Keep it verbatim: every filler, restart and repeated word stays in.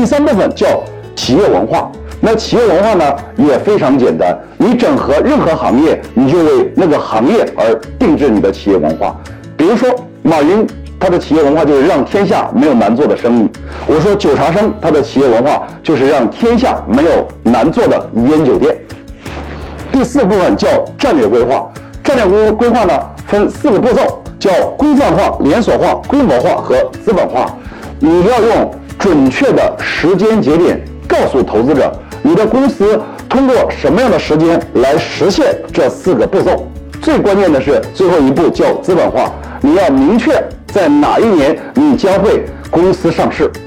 三部分叫企业文化。那企业文化呢也非常简单，你整合任何行业，你就为那个行业而定制你的企业文化。比如说马云，他的企业文化就是让天下没有难做的生意。我说九茶生，他的企业文化就是让天下没有难做的烟酒店。第四部分叫战略规划。战略规规划呢分四个步骤，叫规范化、连锁化、规模化和资本化。你要用准确的时间节点告诉投资者，你的公司通过什么样的时间来实现这四个步骤。最关键的是最后一步叫资本化，你要明确在哪一年你将会公司上市。